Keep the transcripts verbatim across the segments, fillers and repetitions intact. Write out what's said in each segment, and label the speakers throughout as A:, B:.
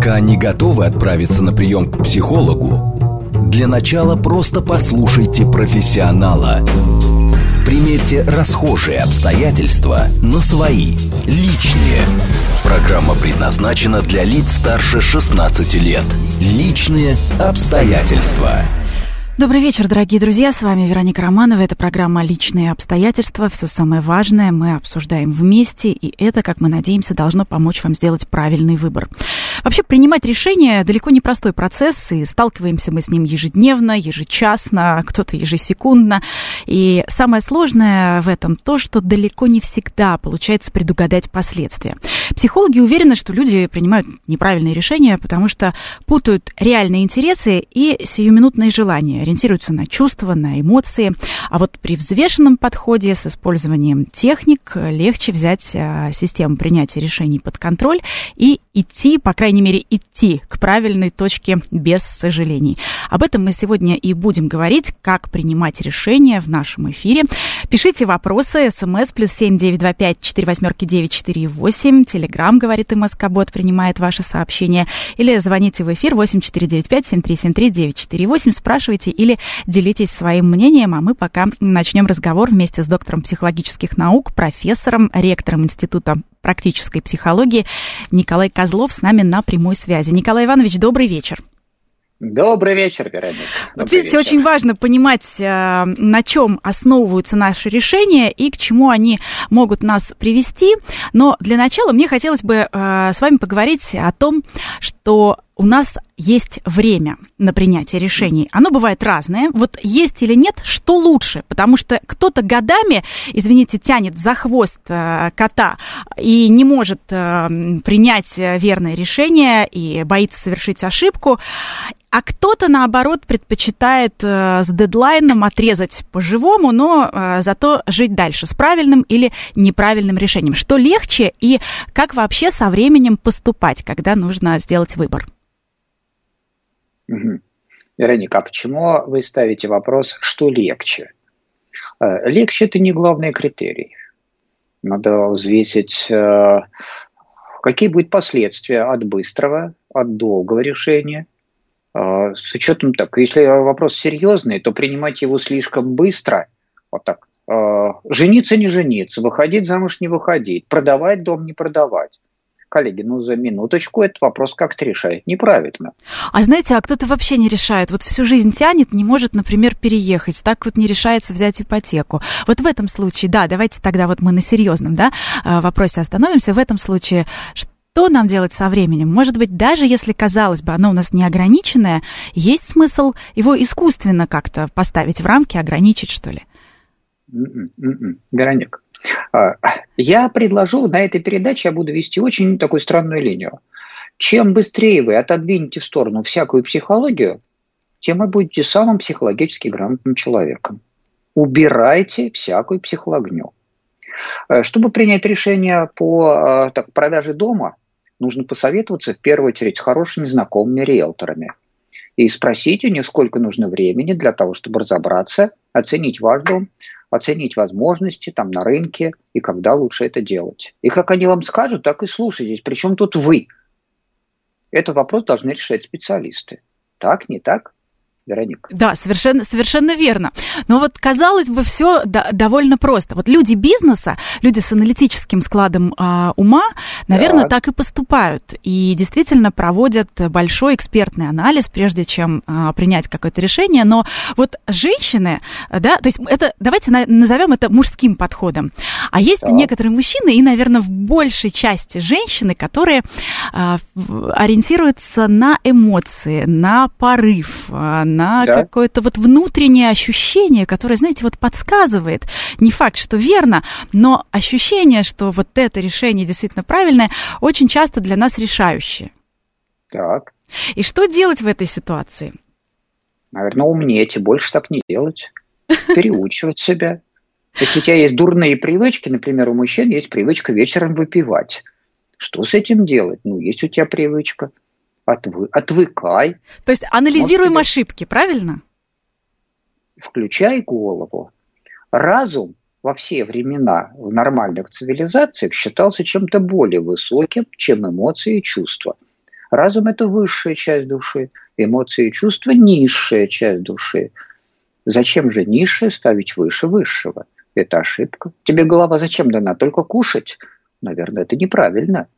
A: Пока не готовы отправиться на прием к психологу, для начала просто послушайте профессионала. Примерьте расхожие обстоятельства на свои, личные. Программа предназначена для лиц старше шестнадцати лет. Личные обстоятельства.
B: Добрый вечер, дорогие друзья, с вами Вероника Романова. Это программа «Личные обстоятельства». Все самое важное мы обсуждаем вместе, и это, как мы надеемся, должно помочь вам сделать правильный выбор. Вообще, принимать решения далеко не простой процесс, и сталкиваемся мы с ним ежедневно, ежечасно, кто-то ежесекундно. И самое сложное в этом то, что далеко не всегда получается предугадать последствия. Психологи уверены, что люди принимают неправильные решения, потому что путают реальные интересы и сиюминутные желания, ориентируются на чувства, на эмоции. А вот при взвешенном подходе с использованием техник легче взять систему принятия решений под контроль и идти, по крайней мере, идти к правильной точке без сожалений. Об этом мы сегодня и будем говорить, как принимать решения в нашем эфире. Пишите вопросы, смс плюс семь девять два пять четыре восьмерки девять четыре восемь, телеграм, говорит МСК-бот, принимает ваши сообщения, или звоните в эфир восемь четыре девять пять семь три семь три девять четыре восемь, спрашивайте или делитесь своим мнением, а мы пока начнем разговор вместе с доктором психологических наук, профессором, ректором Института практической психологии Николай Козлов с нами на прямой связи. Николай Иванович, добрый вечер.
C: Добрый вечер, Вероника.
B: Вот видите, вечер. Очень важно понимать, на чем основываются наши решения и к чему они могут нас привести. Но для начала мне хотелось бы с вами поговорить о том, что у нас есть время на принятие решений. Оно бывает разное. Вот есть или нет, что лучше? Потому что кто-то годами, извините, тянет за хвост кота и не может принять верное решение и боится совершить ошибку. А кто-то, наоборот, предпочитает э, с дедлайном отрезать по-живому, но э, зато жить дальше с правильным или неправильным решением. Что легче и как вообще со временем поступать, когда нужно сделать выбор?
C: Угу. Вероника, а почему вы ставите вопрос, что легче? Э, легче – это не главный критерий. Надо взвесить, э, какие будут последствия от быстрого, от долгого решения. С учетом так, если вопрос серьезный, то принимать его слишком быстро, вот так, жениться не жениться, выходить замуж не выходить, продавать дом не продавать. Коллеги, ну за минуточку этот вопрос как-то решает неправильно.
B: А знаете, а кто-то вообще не решает, вот всю жизнь тянет, не может, например, переехать, так вот не решается взять ипотеку. Вот в этом случае, да, давайте тогда вот мы на серьезном, да, вопросе остановимся, в этом случае, что Что нам делать со временем? Может быть, даже если, казалось бы, оно у нас неограниченное, есть смысл его искусственно как-то поставить в рамки, ограничить, что ли?
C: Вероника, я предложу, на этой передаче я буду вести очень такую странную линию. Чем быстрее вы отодвинете в сторону всякую психологию, тем вы будете самым психологически грамотным человеком. Убирайте всякую психологню. Чтобы принять решение по так, продаже дома, нужно посоветоваться в первую очередь с хорошими знакомыми риэлторами и спросить у них, сколько нужно времени для того, чтобы разобраться, оценить ваш дом, оценить возможности там, на рынке и когда лучше это делать. И как они вам скажут, так и слушайтесь. Причем тут вы? Этот вопрос должны решать специалисты. Так, не так? Вероника.
B: Да, совершенно, совершенно верно. Но вот, казалось бы, все да, довольно просто. Вот люди бизнеса, люди с аналитическим складом а, ума, наверное, да. так и поступают. И действительно проводят большой экспертный анализ, прежде чем а, принять какое-то решение. Но вот женщины, да, то есть это, давайте на, назовем это мужским подходом. А есть да. некоторые мужчины, и, наверное, в большей части женщины, которые а, ориентируются на эмоции, на порыв, на да. какое-то вот внутреннее ощущение, которое, знаете, вот подсказывает, не факт, что верно, но ощущение, что вот это решение действительно правильное, очень часто для нас решающее.
C: Так.
B: И что делать в этой ситуации?
C: Наверное, умнеть, больше так не делать. Переучивать себя. Если у тебя есть дурные привычки, например, у мужчин есть привычка вечером выпивать. Что с этим делать? Ну, есть у тебя привычка. Отвы... Отвыкай.
B: То есть анализируем Может, ошибки, правильно?
C: Включай голову. Разум во все времена в нормальных цивилизациях считался чем-то более высоким, чем эмоции и чувства. Разум – это высшая часть души, эмоции и чувства – низшая часть души. Зачем же низшее ставить выше высшего? Это ошибка. Тебе голова зачем дана? Только кушать? Наверное, это неправильно.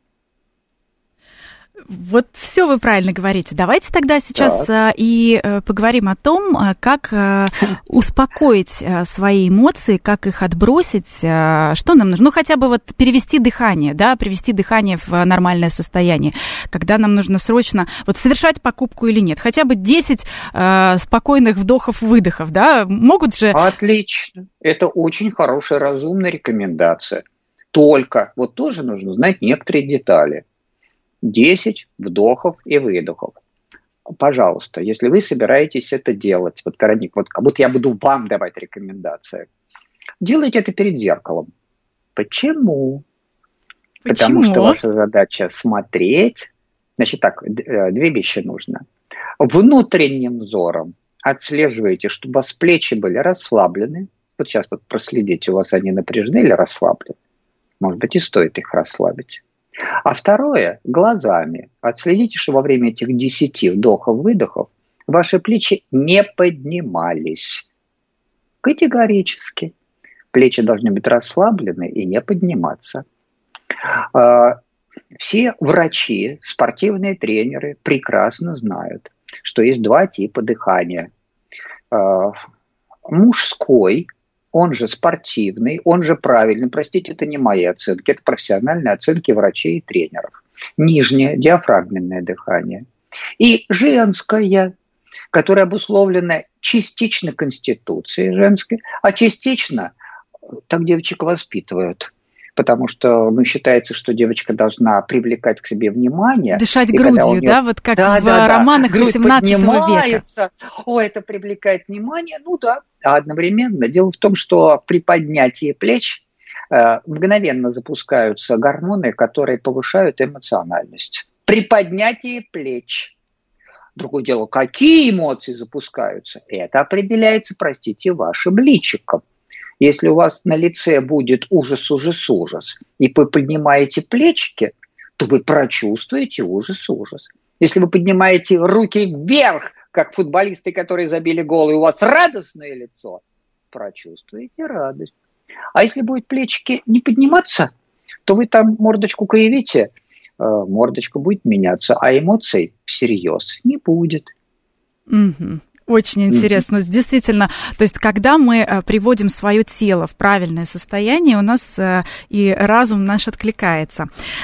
B: Вот все вы правильно говорите. Давайте тогда сейчас так. и поговорим о том, как успокоить свои эмоции, как их отбросить, что нам нужно. Ну, хотя бы вот перевести дыхание, да, привести дыхание в нормальное состояние, когда нам нужно срочно вот совершать покупку или нет. Хотя бы десять спокойных вдохов-выдохов, да, могут же...
C: Отлично. Это очень хорошая, разумная рекомендация. Только вот тоже нужно знать некоторые детали. десять вдохов и выдохов. Пожалуйста, если вы собираетесь это делать, вот, Караник, вот как будто я буду вам давать рекомендации, делайте это перед зеркалом. Почему? Почему? Потому что ваша задача смотреть. Значит так, две вещи нужно. Внутренним взором отслеживаете, чтобы у вас плечи были расслаблены. Вот сейчас вот проследите, у вас они напряжены или расслаблены. Может быть, и стоит их расслабить. А второе, глазами. Отследите, что во время этих десяти вдохов-выдохов ваши плечи не поднимались. Категорически. Плечи должны быть расслаблены и не подниматься. Все врачи, спортивные тренеры прекрасно знают, что есть два типа дыхания. Мужской, он же спортивный, он же правильный. Простите, это не мои оценки, это профессиональные оценки врачей и тренеров. Нижнее, диафрагменное дыхание. И женское, которое обусловлено частично конституцией женской, а частично так девочек воспитывают. Потому что ну, считается, что девочка должна привлекать к себе внимание.
B: Дышать грудью, нее... да, вот как да, в да, романах да. восемнадцатого века.
C: О, это привлекает внимание, ну да. А одновременно дело в том, что при поднятии плеч э, мгновенно запускаются гормоны, которые повышают эмоциональность. При поднятии плеч. Другое дело, какие эмоции запускаются, это определяется, простите, вашим личиком. Если у вас на лице будет ужас, ужас, ужас, и вы поднимаете плечики, то вы прочувствуете ужас, ужас. Если вы поднимаете руки вверх, как футболисты, которые забили гол, и у вас радостное лицо, прочувствуете радость. А если будут плечики не подниматься, то вы там мордочку кривите, мордочка будет меняться, а эмоций всерьез не будет.
B: Угу. Очень интересно. Mm-hmm. Действительно, то есть, когда мы приводим свое тело в правильное состояние, у нас и разум наш откликается.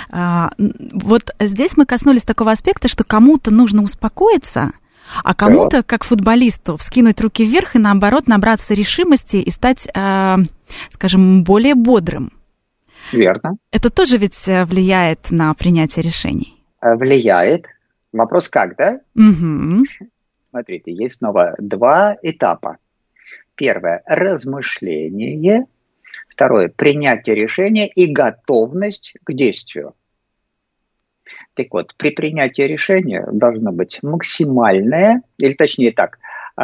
B: Вот здесь мы коснулись такого аспекта, что кому-то нужно успокоиться, а кому-то, как футболисту, вскинуть руки вверх и, наоборот, набраться решимости и стать, скажем, более бодрым.
C: Верно.
B: Это тоже ведь влияет на принятие решений?
C: Влияет. Вопрос как, да?
B: Угу.
C: Смотрите, есть снова два этапа. Первое – размышление. Второе – принятие решения и готовность к действию. Так вот, при принятии решения должна быть максимальная, или точнее так,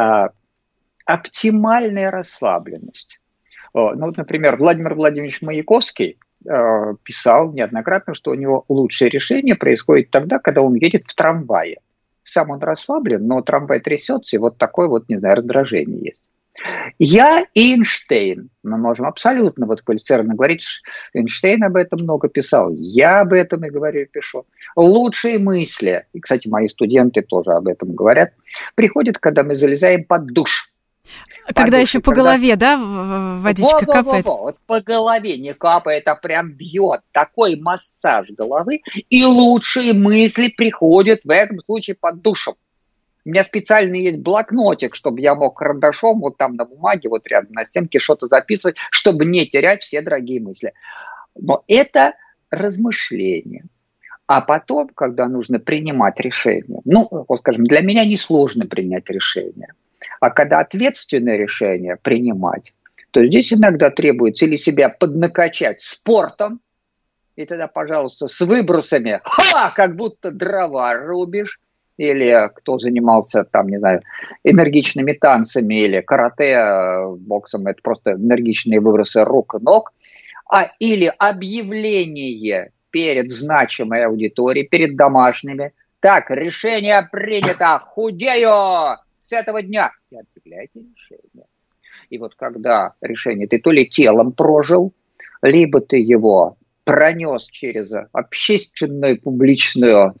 C: оптимальная расслабленность. Ну вот, например, Владимир Владимирович Маяковский писал неоднократно, что у него лучшее решение происходит тогда, когда он едет в трамвае. Сам он расслаблен, но трамвай трясется, и вот такое вот, не знаю, раздражение есть. Я и Эйнштейн. Мы можем абсолютно вот квалифицированно говорить, что Эйнштейн об этом много писал. Я об этом и говорю, и пишу. Лучшие мысли, и, кстати, мои студенты тоже об этом говорят, приходят, когда мы залезаем под душ.
B: Когда еще по когда... голове, да, водичка во, капает?
C: Во, во, во. Вот по голове не капает, а прям бьет. Такой массаж головы. И лучшие мысли приходят в этом случае под душем. У меня специально есть блокнотик, чтобы я мог карандашом вот там на бумаге, вот рядом на стенке что-то записывать, чтобы не терять все дорогие мысли. Но это размышление. А потом, когда нужно принимать решение, ну, вот скажем, для меня несложно принять решение. А когда ответственное решение принимать, то здесь иногда требуется или себя поднакачать спортом, и тогда, пожалуйста, с выбросами, ха, как будто дрова рубишь, или кто занимался, там, не знаю, энергичными танцами, или карате, боксом, это просто энергичные выбросы рук и ног, а, или объявление перед значимой аудиторией, перед домашними, Так, решение принято, худею с этого дня. И объявляете решение. И вот когда решение ты то ли телом прожил, либо ты его пронес через общественную, публичную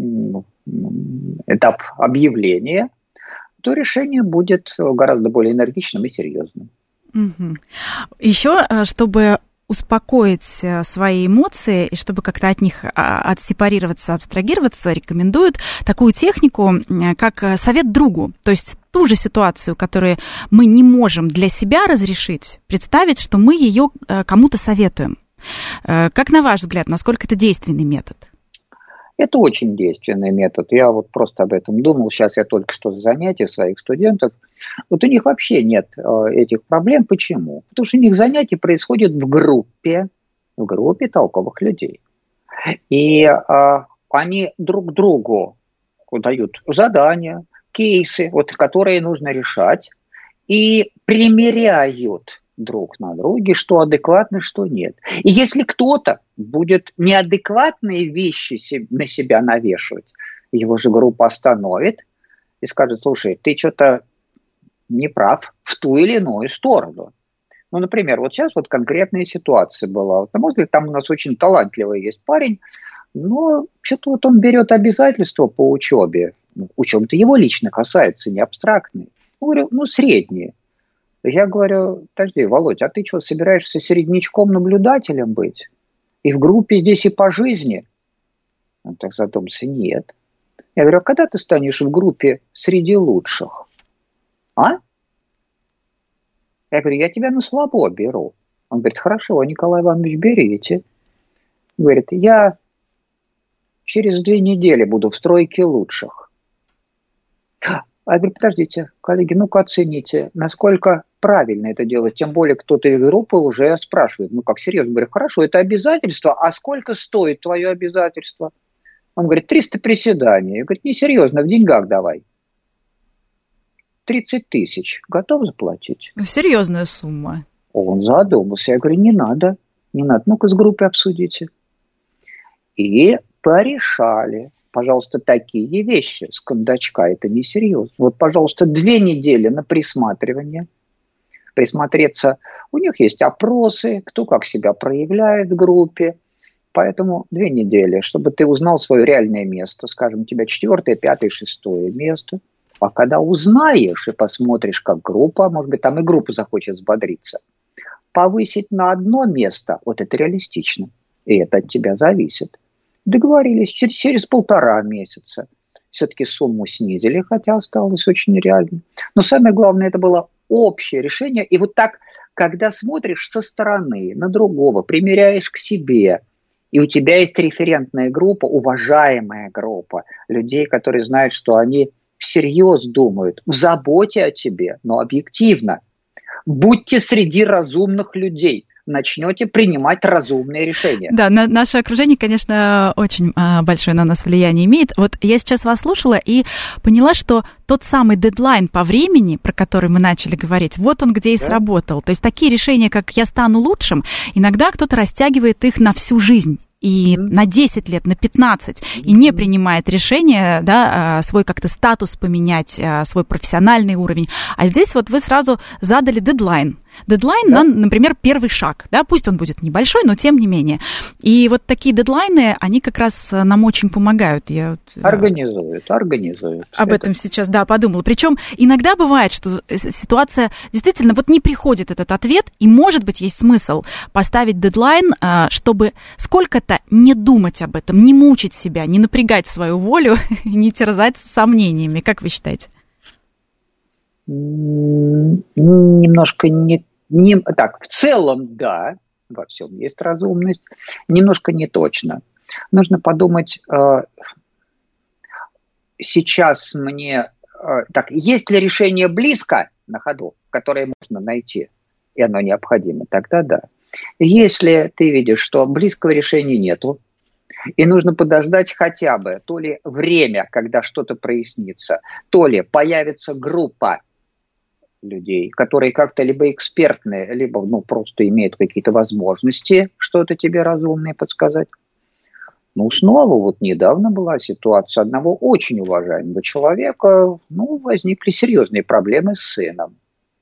C: этап объявления, то решение будет гораздо более энергичным и серьезным.
B: Угу. Еще, чтобы успокоить свои эмоции и чтобы как-то от них отсепарироваться, абстрагироваться, рекомендуют такую технику, как совет другу. То есть ту же ситуацию, которую мы не можем для себя разрешить, представить, что мы ее кому-то советуем. Как на ваш взгляд, насколько это действенный метод?
C: Это очень действенный метод. Я вот просто об этом думал. Сейчас я только что с занятий своих студентов. Вот у них вообще нет э, этих проблем. Почему? Потому что у них занятия происходят в группе, в группе толковых людей. И э, они друг другу дают задания, кейсы, вот, которые нужно решать, и примеряют друг на друге, что адекватно, что нет. И если кто-то будет неадекватные вещи на себя навешивать, его же группа остановит и скажет: слушай, ты что-то не прав в ту или иную сторону. Ну, например, вот сейчас вот конкретная ситуация была. На мой взгляд, там у нас очень талантливый есть парень, но что-то вот он берет обязательства по учебе. Учеба-то его лично касается, не абстрактные. Я говорю, ну, средние. Я говорю: подожди, Володь, а ты что, собираешься середнячком-наблюдателем быть? И в группе здесь, и по жизни? Он так задумался: нет. Я говорю: а когда ты станешь в группе среди лучших? А? Я говорю: я тебя на слабо беру. Он говорит: хорошо, Николай Иванович, берите. Говорит: я через две недели буду в стройке лучших. А я говорю: подождите, коллеги, ну-ка оцените, насколько правильно это делать. Тем более кто-то из группы уже спрашивает: ну как, серьезно? Говорю: хорошо, это обязательство, а сколько стоит твое обязательство? Он говорит: триста приседаний. Я говорю: несерьезно, в деньгах давай. тридцать тысяч. Готов заплатить?
B: Серьезная сумма.
C: Он задумался. Я говорю: не надо, не надо. Ну-ка с группой обсудите. И порешали. Пожалуйста, такие вещи с кондачка, это несерьезно. Вот, пожалуйста, две недели на присматривание. Присмотреться. У них есть опросы, кто как себя проявляет в группе. Поэтому две недели, чтобы ты узнал свое реальное место. Скажем, у тебя четвертое, пятое, шестое место. А когда узнаешь и посмотришь, как группа, может быть, там и группа захочет взбодриться, повысить на одно место, вот это реалистично. И это от тебя зависит. Договорились через, через полтора месяца. Все-таки сумму снизили, хотя осталось очень реально. Но самое главное, это было общее решение. И вот так, когда смотришь со стороны на другого, примеряешь к себе, и у тебя есть референтная группа, уважаемая группа людей, которые знают, что они всерьез думают, в заботе о тебе, но объективно. Будьте среди разумных людей. Начнете принимать разумные решения.
B: Да, на, наше окружение, конечно, очень а, большое на нас влияние имеет. Вот я сейчас вас слушала и поняла, что тот самый дедлайн по времени, про который мы начали говорить, вот он где и да? сработал. То есть такие решения, как «я стану лучшим», иногда кто-то растягивает их на всю жизнь. И mm-hmm. на десять лет, на пятнадцать, mm-hmm. и не принимает решение, да, свой как-то статус поменять, свой профессиональный уровень. А здесь вот вы сразу задали дедлайн. Дедлайн да. на, например, первый шаг, да, пусть он будет небольшой, но тем не менее. И вот такие дедлайны, они как раз нам очень помогают. Я
C: организуют, организуют.
B: Об
C: это.
B: этом сейчас, да, подумала. Причем иногда бывает, что ситуация действительно, вот не приходит этот ответ, и, может быть, есть смысл поставить дедлайн, чтобы сколько-то не думать об этом, не мучить себя, не напрягать свою волю, не терзать сомнениями. Как вы считаете?
C: Немножко не, не... Так, в целом, да, во всем есть разумность. Немножко не точно. Нужно подумать, э, сейчас мне... Э, так, есть ли решение близко на ходу, которое можно найти, и оно необходимо, тогда да. Если ты видишь, что близкого решения нету, и нужно подождать хотя бы то ли время, когда что-то прояснится, то ли появится группа людей, которые как-то либо экспертные, либо ну, просто имеют какие-то возможности что-то тебе разумное подсказать, Ну, снова вот недавно была ситуация одного очень уважаемого человека, ну, возникли серьезные проблемы с сыном.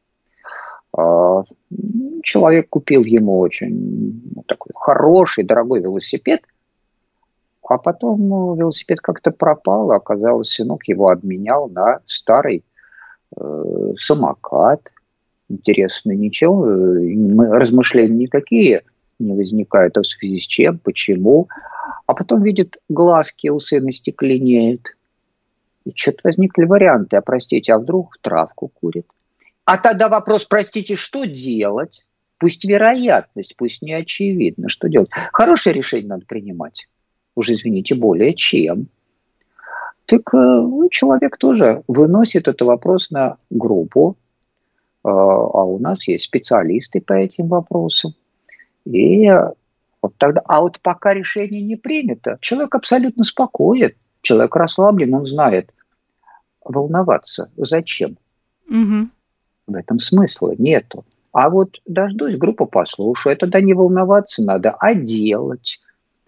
C: Человек купил ему очень ну, такой хороший, дорогой велосипед, а потом ну, велосипед как-то пропал, оказалось, сынок его обменял на старый э, самокат. Интересно, ничего, размышления никакие не возникают, а в связи с чем, почему. А потом видит, глазки у сына стекленеют. И что-то возникли варианты, а простите, а вдруг травку курит? А тогда вопрос, простите, что делать? Пусть вероятность, пусть не очевидно, что делать. Хорошее решение надо принимать. Уже, извините, более чем. Так ну, человек тоже выносит этот вопрос на группу, а у нас есть специалисты по этим вопросам. И вот тогда, а вот пока решение не принято, человек абсолютно спокоен, человек расслаблен, он знает, волноваться зачем.
B: Угу.
C: В этом смысла нету. А вот дождусь, группу послушаю, тогда не волноваться надо, а делать.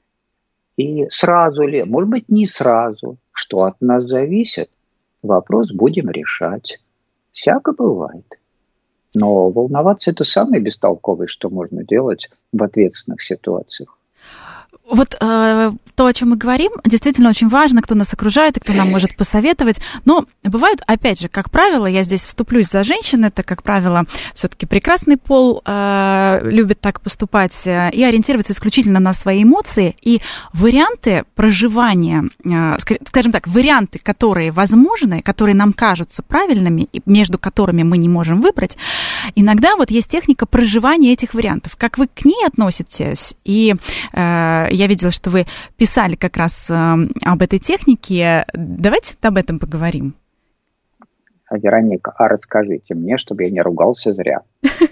C: И сразу ли, может быть, не сразу, что от нас зависит, вопрос будем решать. Всяко бывает. Но волноваться – это самое бестолковое, что можно делать в ответственных ситуациях.
B: Вот э, то, о чем мы говорим, действительно очень важно, кто нас окружает и кто нам может посоветовать. Но бывают, опять же, как правило, я здесь вступлюсь за женщин, это, как правило, все-таки прекрасный пол э, любит так поступать э, и ориентироваться исключительно на свои эмоции. И варианты проживания, э, скажем так, варианты, которые возможны, которые нам кажутся правильными, и между которыми мы не можем выбрать, иногда вот есть техника проживания этих вариантов. Как вы к ней относитесь? И э, я видела, что вы писали как раз э, об этой технике. Давайте об этом поговорим.
C: Вероника, а расскажите мне, чтобы я не ругался зря.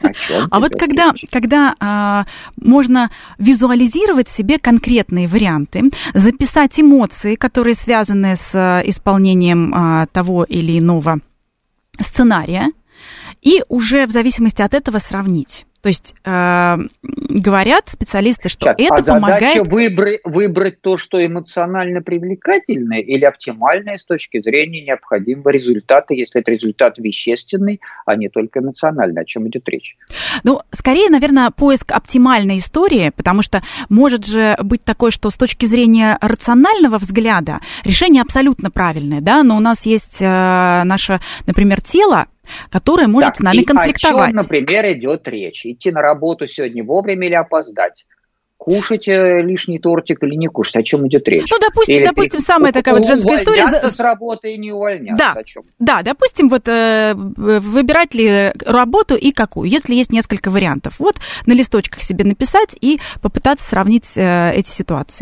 B: А вот когда, когда а, можно визуализировать себе конкретные варианты, записать эмоции, которые связаны с исполнением а, того или иного сценария, и уже в зависимости от этого сравнить. То есть э, говорят специалисты, что
C: Сейчас,
B: это
C: а
B: помогает...
C: задача выбрать, выбрать то, что эмоционально привлекательное или оптимальное с точки зрения необходимого результата, если это результат вещественный, а не только эмоциональный. О чем идет речь?
B: Ну, скорее, наверное, поиск оптимальной истории, потому что может же быть такое, что с точки зрения рационального взгляда решение абсолютно правильное, да, но у нас есть э, наше, например, тело, которое может так, с нами конфликтовать.
C: О чем, например, идет речь? Идти на работу сегодня вовремя или опоздать? Кушать лишний тортик или не кушать? О чем идет речь?
B: Ну, допустим,
C: или
B: допустим самая такая вот женская история.
C: Увольняться с работы и не увольняться.
B: Да,
C: о чем?
B: да, допустим, вот э, выбирать ли работу и какую, если есть несколько вариантов. Вот на листочках себе написать и попытаться сравнить э, эти ситуации.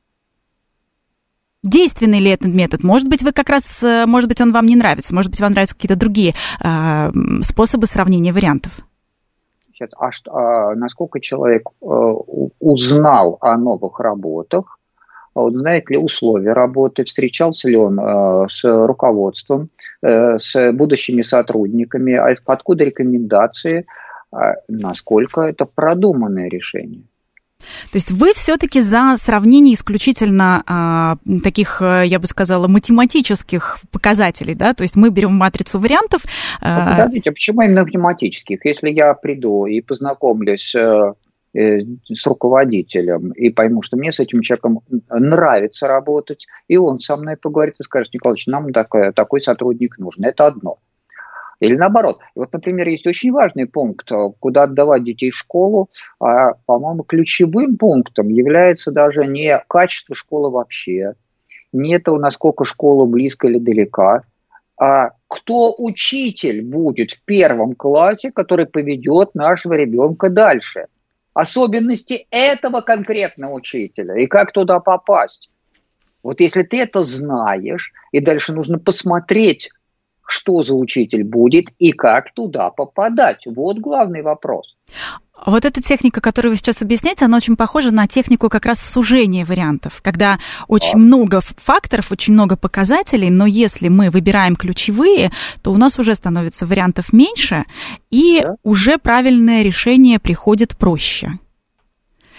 B: Действенный ли этот метод? Может быть, вы как раз, может быть, он вам не нравится, может быть, вам нравятся какие-то другие э, способы сравнения вариантов.
C: Сейчас, а, что, а насколько человек э, узнал о новых работах, он знает ли условия работы, встречался ли он э, с руководством, э, с будущими сотрудниками, откуда рекомендации, э, насколько это продуманное решение.
B: То есть вы все-таки за сравнение исключительно а, таких, я бы сказала, математических показателей, да? То есть мы берем матрицу вариантов.
C: А... Подождите, а почему именно математических? Если я приду и познакомлюсь э, э, с руководителем и пойму, что мне с этим человеком нравится работать, и он со мной поговорит и скажет: Николаевич, нам такой, такой сотрудник нужен. Это одно. Или наоборот. И вот, например, есть очень важный пункт, куда отдавать детей в школу. А, по-моему, ключевым пунктом является даже не качество школы вообще, не то, насколько школа близко или далека, а кто учитель будет в первом классе, который поведет нашего ребенка дальше. Особенности этого конкретного учителя и как туда попасть. Вот если ты это знаешь, и дальше нужно посмотреть, что за учитель будет и как туда попадать. Вот главный вопрос.
B: Вот эта техника, которую вы сейчас объясняете, она очень похожа на технику как раз сужения вариантов, когда очень а. много факторов, очень много показателей, но если мы выбираем ключевые, то у нас уже становится вариантов меньше, и да. уже правильное решение приходит проще.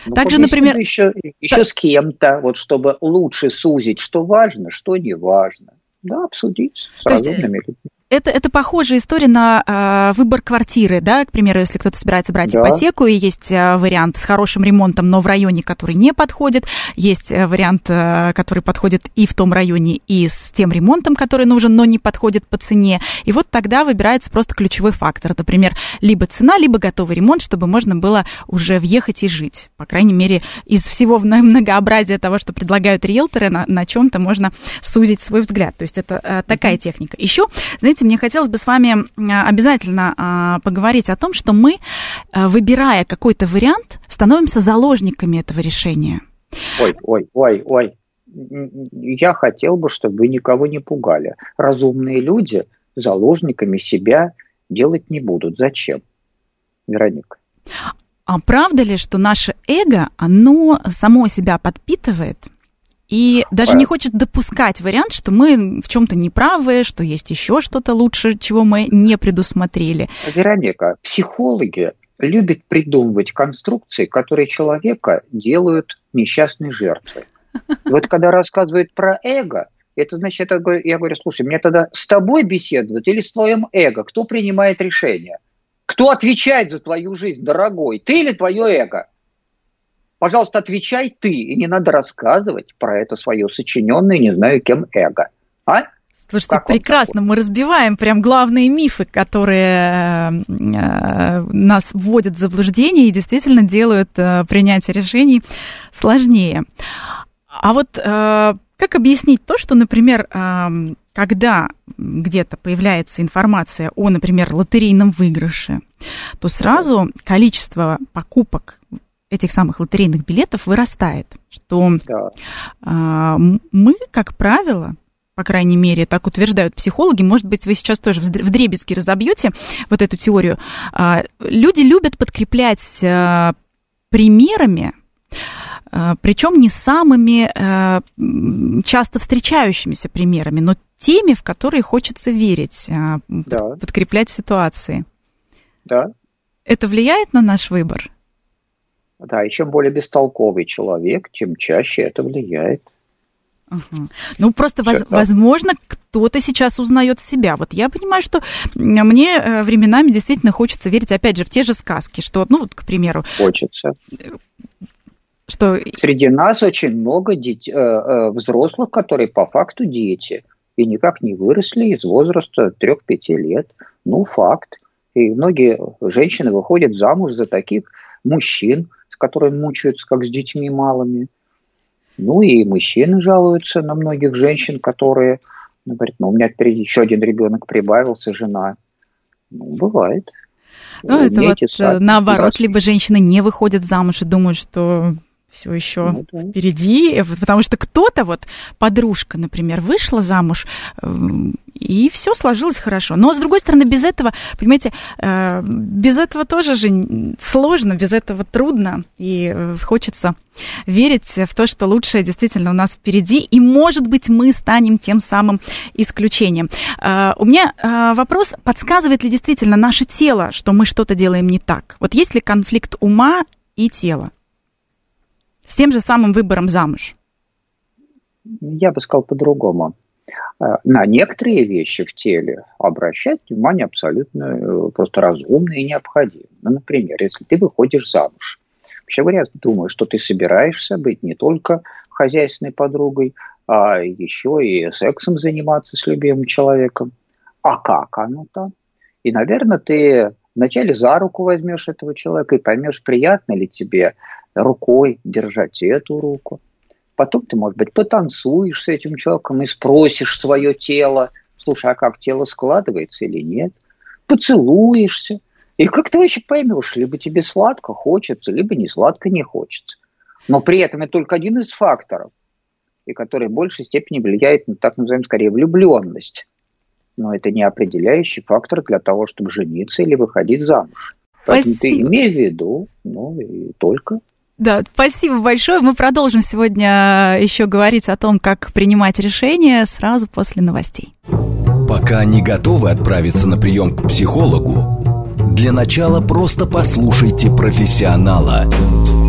C: Ну,
B: Также, например...
C: Еще, еще так... с кем-то, вот, чтобы лучше сузить, что важно, что не важно. Да, обсудить с разумными людьми.
B: Это, это похожая история на э, выбор квартиры, да, к примеру, если кто-то собирается брать да. ипотеку, и есть э, вариант с хорошим ремонтом, но в районе, который не подходит, есть э, вариант, э, который подходит и в том районе, и с тем ремонтом, который нужен, но не подходит по цене, и вот тогда выбирается просто ключевой фактор, например, либо цена, либо готовый ремонт, чтобы можно было уже въехать и жить, по крайней мере, из всего многообразия того, что предлагают риэлторы, на, на чем-то можно сузить свой взгляд, то есть это э, такая mm-hmm. техника. Еще, знаете, мне хотелось бы с вами обязательно а, поговорить о том, что мы, а, выбирая какой-то вариант, становимся заложниками этого решения.
C: Ой, ой, ой, ой. Я хотел бы, чтобы вы никого не пугали. Разумные люди заложниками себя делать не будут. Зачем, Вероника?
B: А правда ли, что наше эго, оно само себя подпитывает? И даже а... не хочет допускать вариант, что мы в чем-то неправы, что есть еще что-то лучше, чего мы не предусмотрели.
C: Вероника, психологи любят придумывать конструкции, которые человека делают несчастной жертвой. Вот когда рассказывают про эго, это значит, я говорю, слушай, мне тогда с тобой беседовать или с твоим эго? Кто принимает решение? Кто отвечает за твою жизнь, дорогой? Ты или твое эго? Пожалуйста, отвечай ты, и не надо рассказывать про это свое сочиненное, не знаю кем, эго. А?
B: Слушайте, как прекрасно, мы разбиваем прям главные мифы, которые э, нас вводят в заблуждение и действительно делают э, принятие решений сложнее. А вот э, как объяснить то, что, например, э, когда где-то появляется информация о, например, лотерейном выигрыше, то сразу количество покупок этих самых лотерейных билетов вырастает, что да. а, мы, как правило, по крайней мере, так утверждают психологи, может быть, вы сейчас тоже вдребезги разобьете вот эту теорию, а, люди любят подкреплять а, примерами, а, причем не самыми а, часто встречающимися примерами, но теми, в которые хочется верить, а, да. подкреплять ситуации.
C: Да.
B: Это влияет на наш выбор?
C: Да, и чем более бестолковый человек, тем чаще это влияет.
B: Угу. Ну, просто, воз, возможно, кто-то сейчас узнает себя. Вот я понимаю, что мне временами действительно хочется верить, опять же, в те же сказки, что, ну, вот, к примеру...
C: Хочется.
B: Что...
C: Среди нас очень много детей, взрослых, которые по факту дети, и никак не выросли из возраста трёх-пяти лет. Ну, факт. И многие женщины выходят замуж за таких мужчин, с которыми мучаются, как с детьми малыми. Ну и мужчины жалуются на многих женщин, которые, ну, говорят, ну, у меня впереди еще один ребенок прибавился, жена. Ну, бывает.
B: Ну, это вот сами, наоборот, либо женщины не выходят замуж и думают, что все еще ну, да. впереди, потому что кто-то, вот подружка, например, вышла замуж, и все сложилось хорошо. Но, с другой стороны, без этого, понимаете, без этого тоже же сложно, без этого трудно, и хочется верить в то, что лучшее действительно у нас впереди, и, может быть, мы станем тем самым исключением. У меня вопрос, подсказывает ли действительно наше тело, что мы что-то делаем не так? Вот есть ли конфликт ума и тела с тем же самым выбором замуж?
C: Я бы сказал по-другому. На некоторые вещи в теле обращать внимание абсолютно просто разумно и необходимо. Ну, например, если ты выходишь замуж, вообще говоря, я думаю, что ты собираешься быть не только хозяйственной подругой, а еще и сексом заниматься с любимым человеком. А как оно там? И, наверное, ты вначале за руку возьмешь этого человека и поймешь, приятно ли тебе рукой держать эту руку. Потом ты, может быть, потанцуешь с этим человеком и спросишь свое тело, слушай, а как тело складывается или нет? Поцелуешься. И как ты вообще поймешь, либо тебе сладко хочется, либо не сладко не хочется. Но при этом это только один из факторов, и который в большей степени влияет на, так называемую, скорее, влюбленность. Но это не определяющий фактор для того, чтобы жениться или выходить замуж. Поэтому ты имей в виду, ну и только...
B: Да, спасибо большое. Мы продолжим сегодня еще говорить о том, как принимать решения сразу после новостей.
A: Пока не готовы отправиться на прием к психологу, для начала просто послушайте профессионала.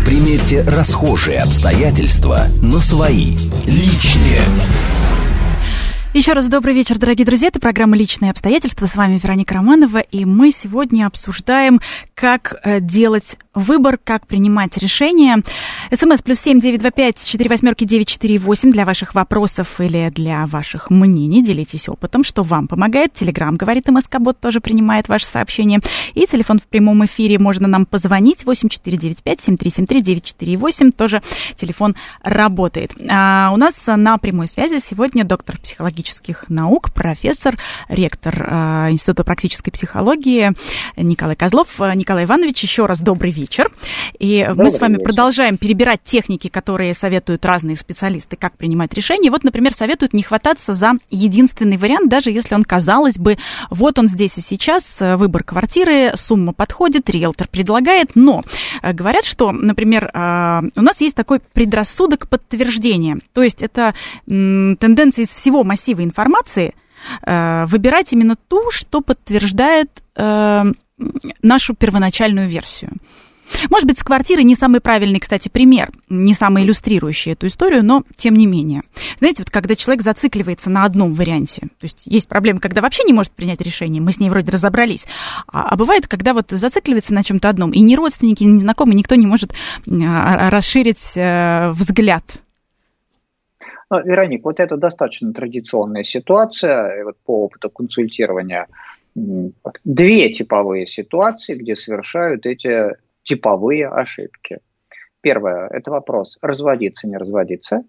A: Примерьте расхожие обстоятельства на свои, личные.
B: Еще раз добрый вечер, дорогие друзья. Это программа «Личные обстоятельства». С вами Вероника Романова. И мы сегодня обсуждаем, как делать выбор, как принимать решения. СМС плюс семь девять два пять четыре восьмерки девять четыре восемь для ваших вопросов или для ваших мнений. Делитесь опытом, что вам помогает. Телеграм, говорит МСК-бот, тоже принимает ваши сообщения. И телефон в прямом эфире. Можно нам позвонить. восемь четыре девять пять семь три семь три девять четыре восемь. Тоже телефон работает. А у нас на прямой связи сегодня доктор психологии наук, профессор, ректор э, Института практической психологии Николай Козлов. Николай Иванович, еще раз добрый вечер. И добрый мы с вами вечер. Продолжаем перебирать техники, которые советуют разные специалисты, как принимать решения. Вот, например, советуют не хвататься за единственный вариант, даже если он, казалось бы, вот он здесь и сейчас, выбор квартиры, сумма подходит, риэлтор предлагает, но говорят, что, например, э, у нас есть такой предрассудок подтверждения. То есть это м, тенденция из всего массива информации, э, выбирать именно ту, что подтверждает э, нашу первоначальную версию. Может быть, с квартирой не самый правильный, кстати, пример, не самый иллюстрирующий эту историю, но тем не менее. Знаете, вот когда человек зацикливается на одном варианте, то есть есть проблема, когда вообще не может принять решение, мы с ней вроде разобрались, а, а бывает, когда вот зацикливается на чем-то одном, и ни родственники, ни знакомые, никто не может а, расширить а, взгляд.
C: Ну, Вероник, вот это достаточно традиционная ситуация, вот по опыту консультирования. Две типовые ситуации, где совершают эти типовые ошибки. Первое – это вопрос разводиться, не разводиться.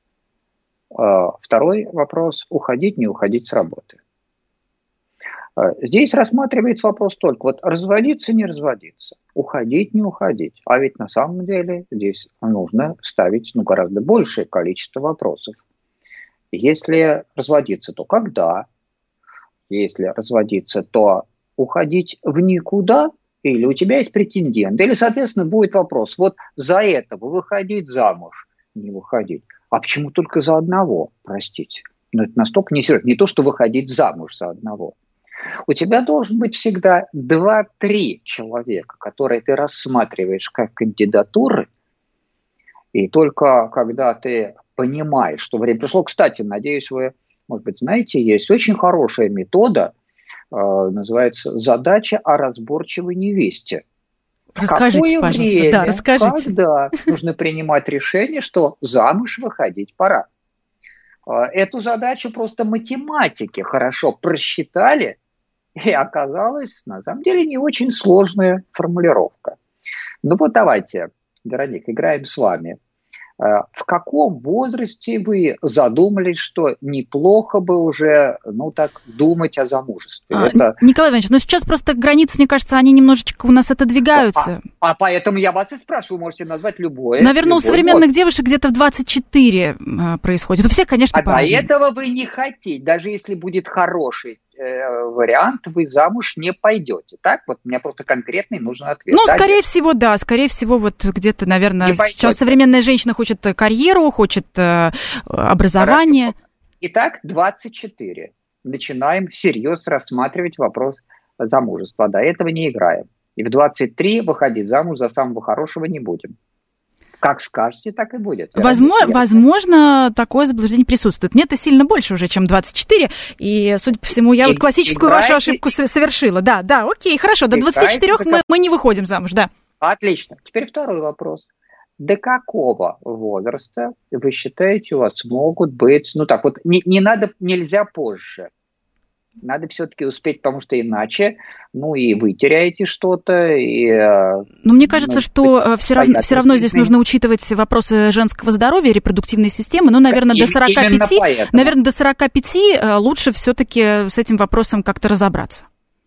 C: Второй вопрос – уходить, не уходить с работы. Здесь рассматривается вопрос только вот разводиться, не разводиться, уходить, не уходить. А ведь на самом деле здесь нужно ставить ну, гораздо большее количество вопросов. Если разводиться, то когда? Если разводиться, то уходить в никуда? Или у тебя есть претендент? Или, соответственно, будет вопрос, вот за этого выходить замуж, не выходить. А почему только за одного, простите? Но это настолько несерьезно. Не то, что выходить замуж за одного. У тебя должен быть всегда два-три человека, которые ты рассматриваешь как кандидатуры, и только когда ты понимаешь, что время пришло, кстати, надеюсь, вы, может быть, знаете, есть очень хорошая метода, э, называется «Задача о разборчивой невесте».
B: Расскажите, пожалуйста, время, да, расскажите.
C: Когда нужно принимать решение, что замуж выходить пора. Эту задачу просто математики хорошо просчитали, и оказалась, на самом деле, не очень сложная формулировка. Ну вот давайте, Вероник, играем с вами. В каком возрасте вы задумались, что неплохо бы уже, ну так, думать о замужестве?
B: А,
C: это...
B: Николай Иванович, ну сейчас просто границы, мне кажется, они немножечко у нас отодвигаются.
C: А, а поэтому я вас и спрашиваю, можете назвать любое.
B: Наверное,
C: любой
B: у современных
C: год.
B: девушек где-то в двадцать четыре происходит. У всех, конечно,
C: а
B: по-разному.
C: А этого вы не хотите. Даже если будет хороший э, вариант, вы замуж не пойдете. Так? Вот мне просто конкретный нужен ответ.
B: Ну,
C: да,
B: скорее
C: нет?
B: всего, да. Скорее всего, вот где-то, наверное, сейчас современная женщина хочет карьеру, хочет э, образование.
C: Хорошо. Итак, двадцать четыре. Начинаем всерьез рассматривать вопрос замужества. До этого не играем. И в двадцать три выходить замуж за самого хорошего не будем. Как скажете, так и будет.
B: Возможно, возможно, такое заблуждение присутствует. Мне-то сильно больше уже, чем двадцать четыре. И, судя по всему, я и, вот классическую играете, вашу ошибку совершила. Да, да, окей, хорошо. До двадцати четырёх мы, мы не выходим замуж, да.
C: Отлично. Теперь второй вопрос. До какого возраста, вы считаете, у вас могут быть... Ну так вот, не, не надо, нельзя позже. Надо все-таки успеть, потому что иначе, ну и вы теряете что-то. И,
B: ну, мне кажется, что все равно, все равно здесь нужно учитывать вопросы женского здоровья, репродуктивной системы. Ну, наверное, до сорока пяти, наверное, до сорока пяти лучше все-таки с этим вопросом как-то разобраться.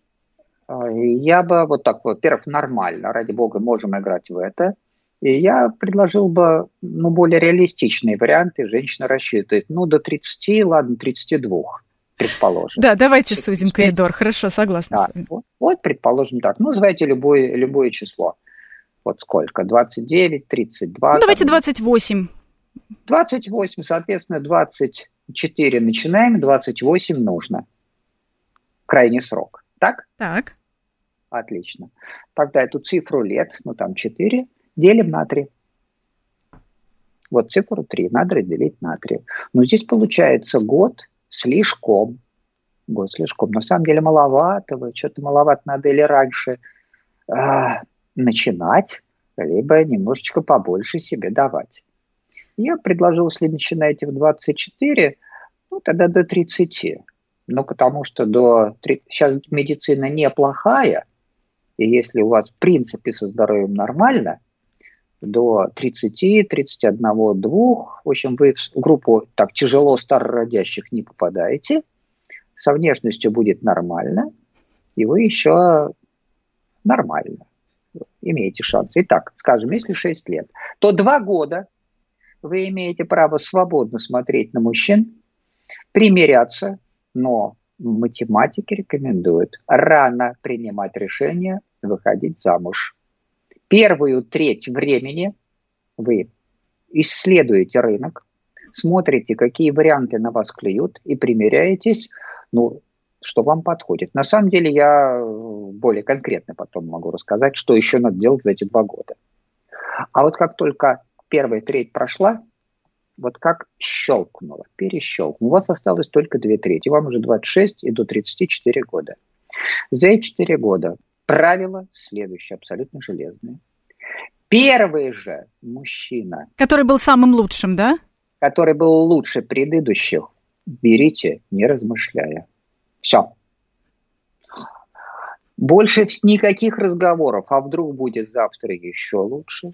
C: Я бы вот так, во-первых, нормально, ради бога, можем играть в это. И я предложил бы, ну, более реалистичные варианты. Женщина рассчитывает, ну, до тридцати, ладно, тридцати двух. Предположим.
B: Да, давайте сузим коридор. Хорошо, согласна
C: да.
B: с вами.
C: Вот, вот, предположим так. Ну, называйте любое, любое число. Вот сколько? двадцать девять, тридцать два.
B: Ну, давайте двадцать восемь.
C: двадцать восемь, соответственно, двадцать четыре начинаем, двадцать восемь нужно. Крайний срок. Так?
B: Так.
C: Отлично. Тогда эту цифру лет, ну, там четыре, делим на три. Вот цифру три надо разделить на три. Но здесь получается год слишком. Год слишком. На самом деле маловато. Что-то маловато надо или раньше э, начинать, либо немножечко побольше себе давать. Я предложил, если начинаете в двадцать четыре, ну тогда до тридцати. Ну потому что до... сейчас медицина неплохая, и если у вас в принципе со здоровьем нормально, до тридцати, тридцати одного, двух, в общем, вы в группу так тяжело старородящих не попадаете, со внешностью будет нормально, и вы еще нормально имеете шанс. Итак, скажем, если шесть лет, то два года вы имеете право свободно смотреть на мужчин, примиряться, но математики рекомендуют рано принимать решение выходить замуж. Первую треть времени вы исследуете рынок, смотрите, какие варианты на вас клюют, и примеряетесь, ну, что вам подходит. На самом деле я более конкретно потом могу рассказать, что еще надо делать в эти два года. А вот как только первая треть прошла, вот как щелкнуло, перещелкнуло, у вас осталось только две трети, вам уже двадцать шесть и до тридцати четыре года. За эти четыре года правило следующее, абсолютно железное. Первый же мужчина,
B: который был самым лучшим, да?
C: Который был лучше предыдущих, берите, не размышляя. Все. Больше никаких разговоров, а вдруг будет завтра еще лучше.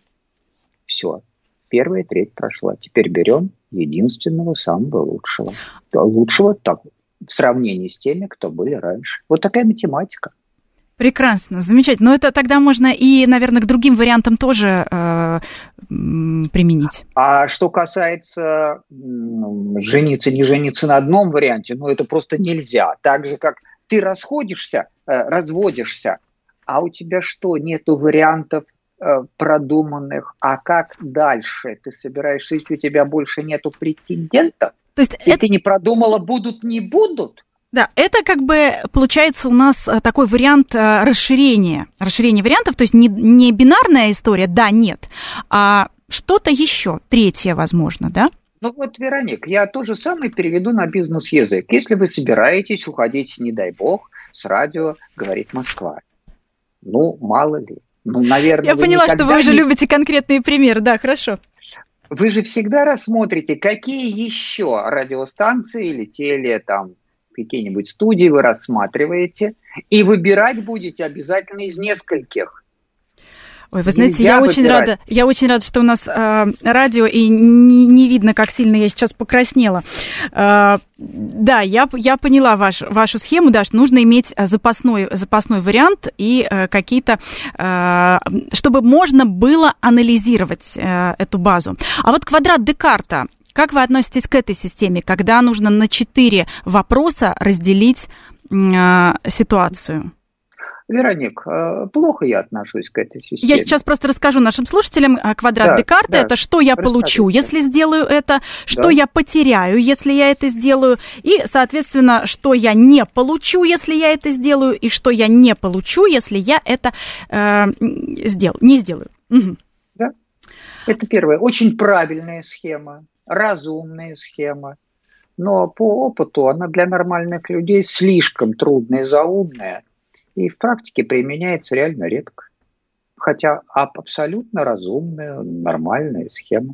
C: Все. Первая треть прошла. Теперь берем единственного самого лучшего. Лучшего так, в сравнении с теми, кто были раньше. Вот такая математика.
B: Прекрасно, замечательно. Но это тогда можно и, наверное, к другим вариантам тоже э, применить.
C: А что касается ну, жениться, не жениться на одном варианте, ну это просто нельзя. Так же, как ты расходишься, э, разводишься, а у тебя что, нету вариантов э, продуманных? А как дальше? Ты собираешься, если у тебя больше нету претендентов,
B: то есть
C: и
B: это...
C: ты не продумала, будут, не будут?
B: Да, это как бы получается у нас такой вариант расширения, расширения вариантов, то есть не, не бинарная история, да, нет, а что-то еще, третье, возможно, да?
C: Ну вот, Вероник, я то же самое переведу на бизнес-язык. Если вы собираетесь уходить, не дай бог, с радио «Говорит Москва», ну, мало ли, ну, наверное...
B: Я поняла, что вы уже не... любите конкретные примеры, да, хорошо.
C: Вы же всегда рассмотрите, какие еще радиостанции или теле, там, какие-нибудь студии вы рассматриваете, и выбирать будете обязательно из нескольких.
B: Ой, вы знаете, я очень, рада, я очень рада, что у нас э, радио, и не, не видно, как сильно я сейчас покраснела. Э, да, я, я поняла ваш, вашу схему, да, что нужно иметь запасной, запасной вариант и э, какие-то, э, чтобы можно было анализировать э, эту базу. А вот квадрат Декарта, как вы относитесь к этой системе, когда нужно на четыре вопроса разделить э, ситуацию?
C: Вероник, плохо я отношусь к этой системе.
B: Я сейчас просто расскажу нашим слушателям. Квадрат да, Декарта, да, это что я получу, если сделаю это, что да. я потеряю, если я это сделаю, и, соответственно, что я не получу, если я это сделаю, и что я не получу, если я это э, сдел... не сделаю. Угу.
C: Да. Это первое. Очень правильная схема, разумная схема, но по опыту она для нормальных людей слишком трудная и заумная. И в практике применяется реально редко. Хотя абсолютно разумная, нормальная схема.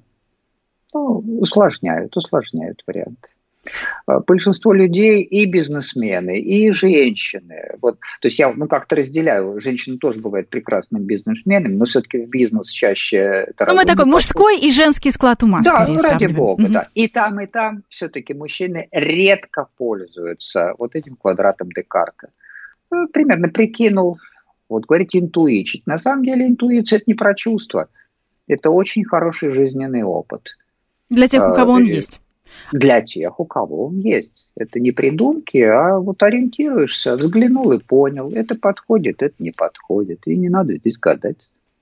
C: Ну, усложняют, усложняют варианты. Большинство людей и бизнесмены, и женщины. Вот, то есть я ну, как-то разделяю. Женщины тоже бывают прекрасными бизнесменами, но все-таки в бизнес чаще...
B: Ну, мы такой мужской и женский склад ума.
C: Да, ну, ради бога, mm-hmm. да. И там, и там все-таки мужчины редко пользуются вот этим квадратом Декарта. Примерно прикинул, вот говорите, интуичить. На самом деле интуиция – это не про чувства. Это очень хороший жизненный опыт.
B: Для тех, у кого он есть.
C: Для тех, у кого он есть. Это не придумки, а вот ориентируешься, взглянул и понял. Это подходит, это не подходит. И не надо здесь гадать.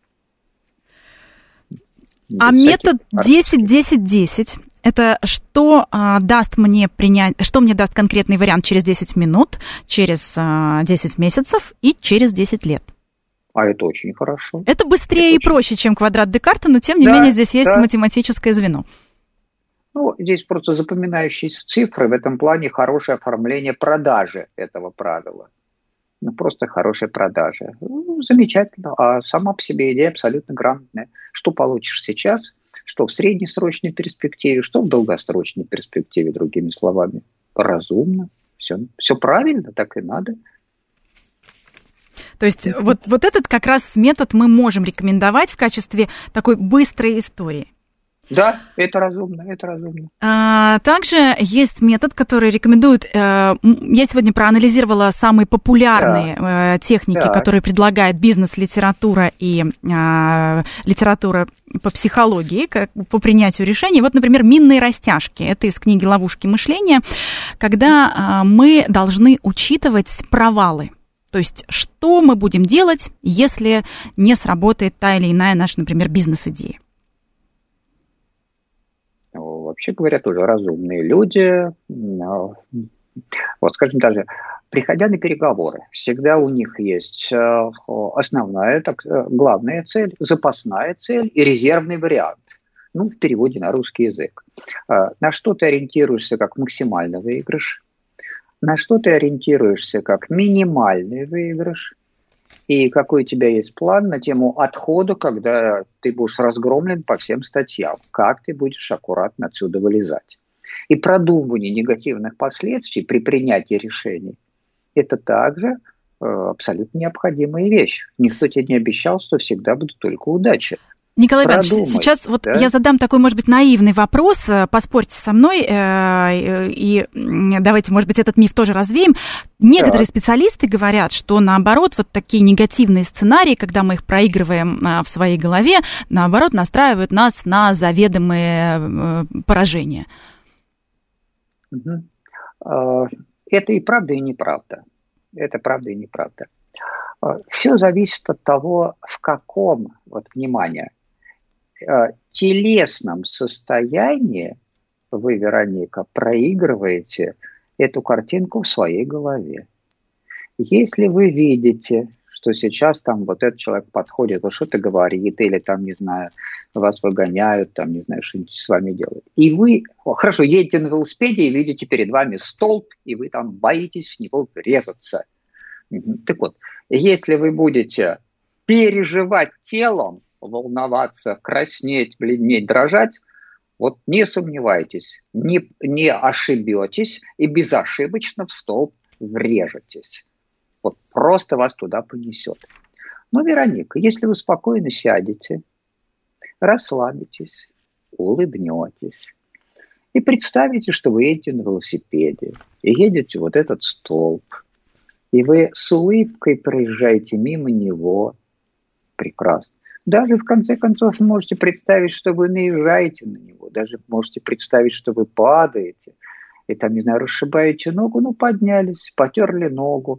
B: А метод десять десять десять – это что а, даст мне принять, что мне даст конкретный вариант через десять минут, через а, десять месяцев и через десять лет?
C: А это очень хорошо.
B: Это быстрее это и очень... проще, чем квадрат Декарта, но тем не да, менее здесь есть да. математическое звено.
C: Ну, здесь просто запоминающиеся цифры, в этом плане хорошее оформление продажи этого правила. Ну, просто хорошая продажа. Ну, замечательно. А сама по себе идея абсолютно грамотная. Что получишь сейчас, что в среднесрочной перспективе, что в долгосрочной перспективе, другими словами. Разумно. Все, все правильно, так и надо.
B: То есть mm-hmm. вот, вот этот как раз метод мы можем рекомендовать в качестве такой быстрой истории.
C: Да, это разумно, это разумно.
B: А, также есть метод, который рекомендует, я сегодня проанализировала самые популярные да. техники, да. которые предлагает бизнес-литература и а, литература по психологии, как, по принятию решений. Вот, например, минные растяжки. Это из книги «Ловушки мышления», когда а, мы должны учитывать провалы. То есть, что мы будем делать, если не сработает та или иная наша, например, бизнес-идея.
C: Вообще говоря, тоже разумные люди. Вот, скажем даже, приходя на переговоры, всегда у них есть основная, так, главная цель, запасная цель и резервный вариант. Ну, в переводе на русский язык. На что ты ориентируешься как максимальный выигрыш, на что ты ориентируешься как минимальный выигрыш, и какой у тебя есть план на тему отхода, когда ты будешь разгромлен по всем статьям, как ты будешь аккуратно отсюда вылезать. И продумывание негативных последствий при принятии решений – это также э, абсолютно необходимая вещь. Никто тебе не обещал, что всегда будет только удача.
B: Николай Иванович, сейчас вот да? я задам такой, может быть, наивный вопрос, поспорьте со мной, и давайте, может быть, этот миф тоже развеем. Некоторые да. специалисты говорят, что, наоборот, вот такие негативные сценарии, когда мы их проигрываем в своей голове, наоборот, настраивают нас на заведомые поражения.
C: Это и правда, и неправда. Это правда и неправда. Все зависит от того, в каком, вот, внимание, телесном состоянии вы, Вероника, проигрываете эту картинку в своей голове. Если вы видите, что сейчас там вот этот человек подходит, вот что-то говорит, или там, не знаю, вас выгоняют, там, не знаю, что-нибудь с вами делают. И вы, о, хорошо, едете на велосипеде и видите перед вами столб, и вы там боитесь в него врезаться. Так вот, если вы будете переживать телом, волноваться, краснеть, бледнеть, дрожать, вот не сомневайтесь, не, не ошибетесь и безошибочно в столб врежетесь. Вот просто вас туда понесет. Но, Вероника, если вы спокойно сядете, расслабитесь, улыбнетесь и представите, что вы едете на велосипеде и едете вот этот столб, и вы с улыбкой проезжаете мимо него, прекрасно. Даже, в конце концов, можете представить, что вы наезжаете на него. Даже можете представить, что вы падаете. И там, не знаю, расшибаете ногу. Ну, поднялись, потерли ногу.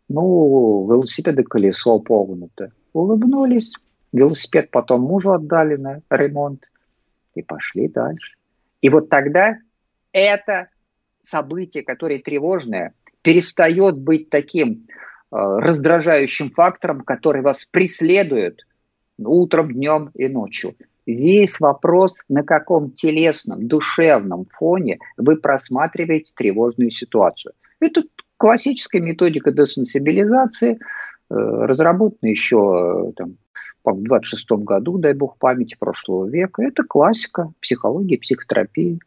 C: Ну, велосипеда колесо погнуто. Улыбнулись. Велосипед потом мужу отдали на ремонт. И пошли дальше. И вот тогда это событие, которое тревожное, перестает быть таким э, раздражающим фактором, который вас преследует утром, днем и ночью. Весь вопрос, на каком телесном, душевном фоне вы просматриваете тревожную ситуацию. Это классическая методика десенсибилизации, разработана еще там, в двадцать шестом году, дай бог памяти, прошлого века. Это классика психологии, психотерапии.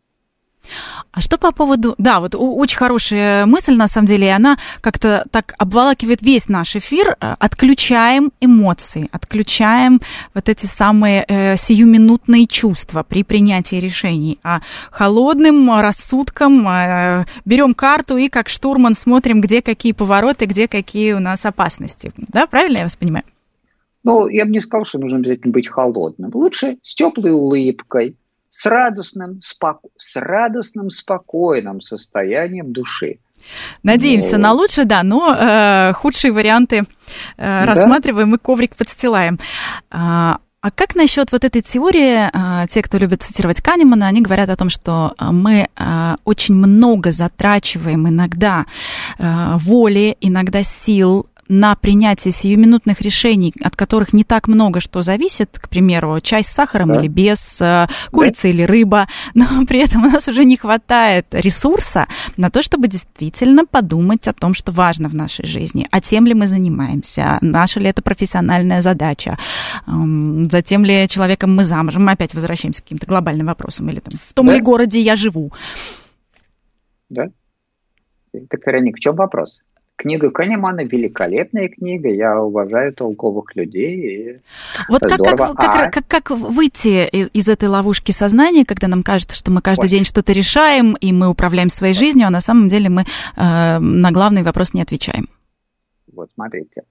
B: А что по поводу... Да, вот очень хорошая мысль, на самом деле, и она как-то так обволакивает весь наш эфир. Отключаем эмоции, отключаем вот эти самые э, сиюминутные чувства при принятии решений. А холодным рассудком э, берем карту и как штурман смотрим, где какие повороты, где какие у нас опасности. Да, правильно я вас понимаю?
C: Ну, я бы не сказал, что нужно обязательно быть холодным. Лучше с теплой улыбкой, с радостным, споко... с радостным, спокойным состоянием души.
B: Надеемся но... на лучшее, да, но э, худшие варианты э, да? рассматриваем и коврик подстилаем. А, а как насчет вот этой теории, э, те, кто любит цитировать Канемана, они говорят о том, что мы э, очень много затрачиваем иногда э, воли, иногда сил на принятие сиюминутных решений, от которых не так много что зависит, к примеру, чай с сахаром да. или без, курица да. или рыба, но при этом у нас уже не хватает ресурса на то, чтобы действительно подумать о том, что важно в нашей жизни, а тем ли мы занимаемся, наша ли это профессиональная задача, за тем ли человеком мы замужем, мы опять возвращаемся к каким-то глобальным вопросам, или там, в том да. ли городе я живу.
C: Да. Так, Вероника, в чем вопрос? Книга Канемана великолепная книга, я уважаю толковых людей. И
B: вот как, как, как, а... как, как выйти из этой ловушки сознания, когда нам кажется, что мы каждый Ой. день что-то решаем, и мы управляем своей жизнью, а на самом деле мы э, на главный вопрос не отвечаем?
C: Вот, смотрите.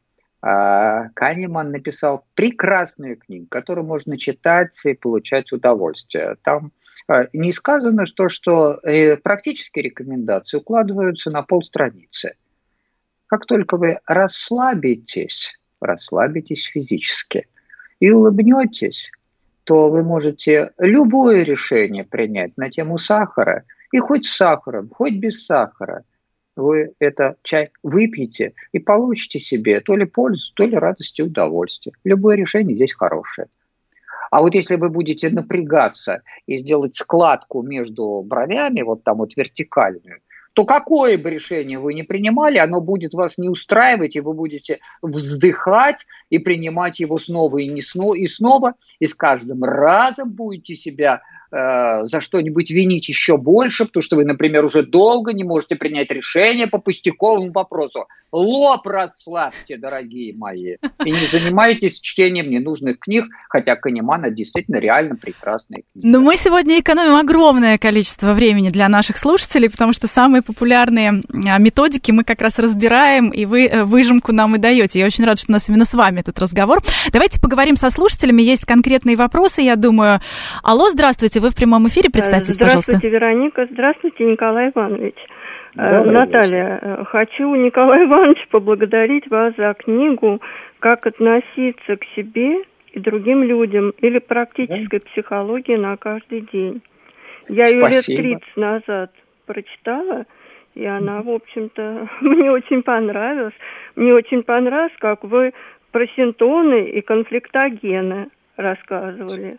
C: Канеман написал прекрасную книгу, которую можно читать и получать удовольствие. Там не сказано, что, что практические рекомендации укладываются на полстраницы. Как только вы расслабитесь, расслабитесь физически и улыбнетесь, то вы можете любое решение принять на тему сахара, и хоть с сахаром, хоть без сахара. Вы этот чай выпьете и получите себе то ли пользу, то ли радость и удовольствие. Любое решение здесь хорошее. А вот если вы будете напрягаться и сделать складку между бровями, вот там вот вертикальную, то какое бы решение вы ни принимали, оно будет вас не устраивать, и вы будете вздыхать и принимать его снова и, не снова, и снова, и с каждым разом будете себя э, за что-нибудь винить еще больше, потому что вы, например, уже долго не можете принять решение по пустяковому вопросу. Лоб расслабьте, дорогие мои, и не занимайтесь чтением ненужных книг, хотя Канеман действительно реально прекрасная книга.
B: Но мы сегодня экономим огромное количество времени для наших слушателей, потому что самые популярные методики мы как раз разбираем, и вы выжимку нам и даете. Я очень рада, что у нас именно с вами этот разговор. Давайте поговорим со слушателями. Есть конкретные вопросы, я думаю. Алло, здравствуйте, вы в прямом эфире, представьтесь,
D: здравствуйте,
B: пожалуйста.
D: Здравствуйте, Вероника. Здравствуйте, Николай Иванович.
C: Добрый
D: Наталья, вечер. Хочу, Николай Иванович, поблагодарить вас за книгу «Как относиться к себе и другим людям» или «Практическая да? психология на каждый день». Я ее лет тридцать назад прочитала, и она, в общем-то, мне очень понравилась. Мне очень понравилось, как вы про синтоны и конфликтогены рассказывали.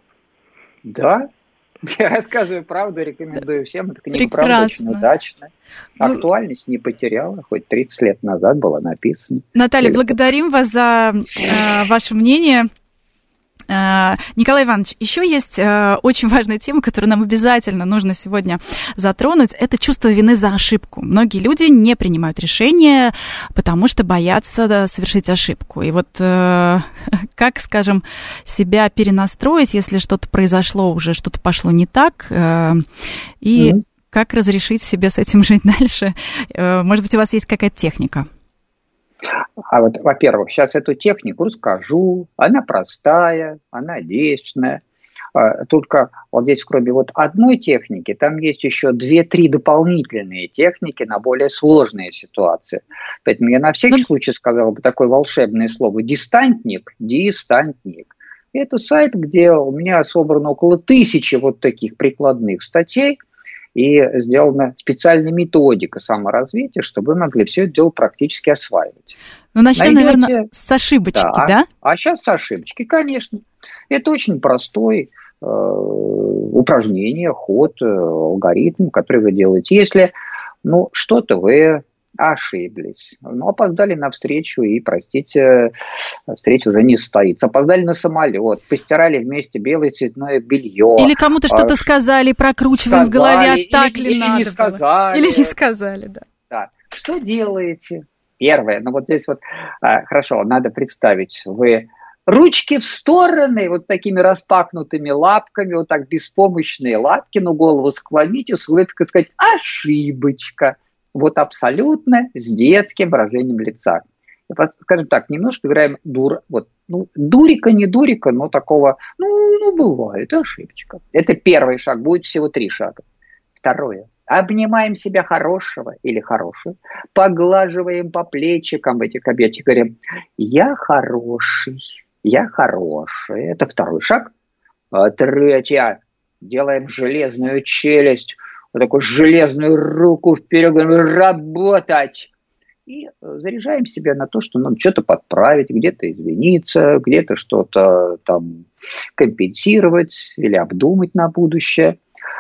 C: Да? Я рассказываю правду, рекомендую всем. Эта книга, правда, очень удачная. Актуальность не потеряла, хоть тридцать лет назад была написана.
B: Наталья, Или... благодарим вас за э, ваше мнение. Э, Николай Иванович, еще есть э, очень важная тема, которую нам обязательно нужно сегодня затронуть. Это чувство вины за ошибку. Многие люди не принимают решения, потому что боятся да, совершить ошибку. И вот э, как, скажем, себя перенастроить, если что-то произошло уже, что-то пошло не так, э, и mm-hmm. как разрешить себе с этим жить дальше? Э, может быть, у вас есть какая-то техника?
C: А вот, во-первых, сейчас эту технику расскажу. Она простая, она действенная. Только вот здесь, кроме вот одной техники, там есть еще две-три дополнительные техники на более сложные ситуации. Поэтому я на всякий Но... случай сказала бы такое волшебное слово «дистантник», «дистантник». Это сайт, где у меня собрано около тысячи вот таких прикладных статей, и сделана специальная методика саморазвития, чтобы вы могли все это дело практически осваивать.
B: Ну, начнем, Найдете... наверное, с ошибочки, да?
C: да? А сейчас с ошибочки, конечно. Это очень простой э, упражнение, ход, э, алгоритм, который вы делаете. Если ну, что-то вы ошиблись, ну, опоздали на встречу, и, простите, встреча уже не состоится. Опоздали на самолет, постирали вместе белое цветное белье.
B: Или кому-то а, что-то сказали, прокручиваем сказали, в голове, а так
C: или,
B: ли
C: или
B: надо
C: не сказали.
B: Или не сказали, да.
C: да. Что делаете? Первое, ну вот здесь вот, а, хорошо, надо представить, вы ручки в стороны, вот такими распахнутыми лапками, вот так беспомощные лапки, но голову склоните, с улыбкой сказать «ошибочка». Вот абсолютно с детским выражением лица. Скажем так, немножко играем дур, вот, ну, дурика, не дурика, но такого, ну, ну, бывает, ошибочка. Это первый шаг, будет всего три шага. Второе. Обнимаем себя хорошего или хорошую, поглаживаем по плечикам этих объятий, говорим, я хороший, я хороший. Это второй шаг. А третье. Делаем железную челюсть, вот такую железную руку вперед, говорим, работать. и заряжаем себя на то, что нам что-то подправить, где-то извиниться, где-то что-то там компенсировать или обдумать на будущее.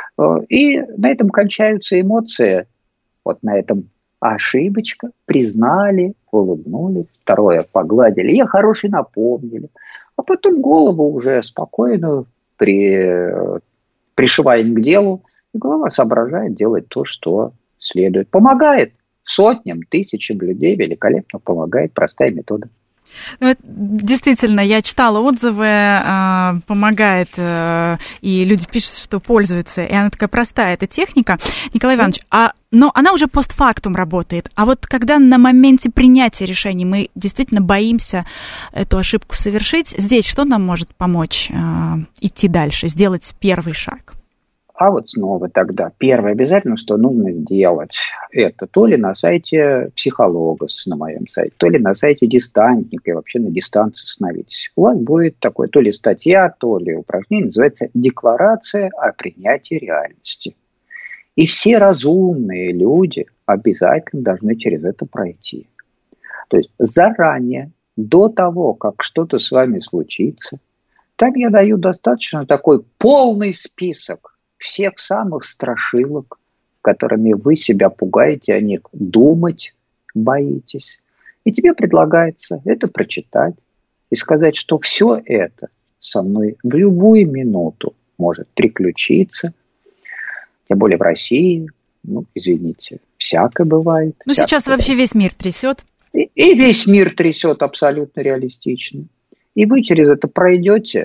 C: И на этом кончаются эмоции. Вот на этом ошибочка, признали, улыбнулись, второе погладили, я хороший напомнили. А потом голову уже спокойно при, пришиваем к делу, и голова соображает делать то, что следует. Помогает сотням, тысячам людей, великолепно помогает простая метода.
B: Ну, это, действительно, я читала отзывы, э, помогает, э, и люди пишут, что пользуются, и она такая простая, эта техника. Николай Иванович, а, но она уже постфактум работает, а вот когда на моменте принятия решений мы действительно боимся эту ошибку совершить, здесь что нам может помочь э, идти дальше, сделать первый шаг?
C: А вот снова тогда первое обязательно, что нужно сделать, это то ли на сайте Психологос, на моем сайте, то ли на сайте Дистантника, и вообще на дистанции становитесь. У вас будет такое то ли статья, то ли упражнение, называется «Декларация о принятии реальности». И все разумные люди обязательно должны через это пройти. То есть заранее, до того, как что-то с вами случится, там я даю достаточно такой полный список всех самых страшилок, которыми вы себя пугаете, о них думать боитесь. И тебе предлагается это прочитать и сказать, что все это со мной в любую минуту может приключиться. Тем более в России, ну, извините, всякое бывает.
B: Ну, сейчас
C: бывает.
B: Вообще весь мир трясет.
C: И, и весь мир трясет абсолютно реалистично. И вы через это пройдете,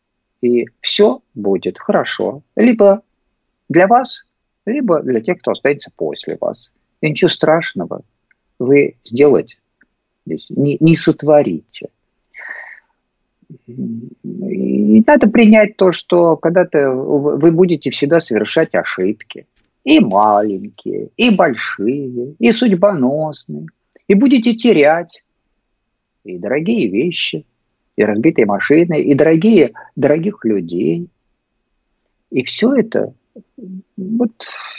C: и все будет хорошо. Либо для вас, либо для тех, кто останется после вас. И ничего страшного вы сделать здесь не, не сотворите. И надо принять то, что когда-то вы будете всегда совершать ошибки. И маленькие, и большие, и судьбоносные. И будете терять и дорогие вещи, и разбитые машины, и дорогие, дорогих людей. И все это, вот,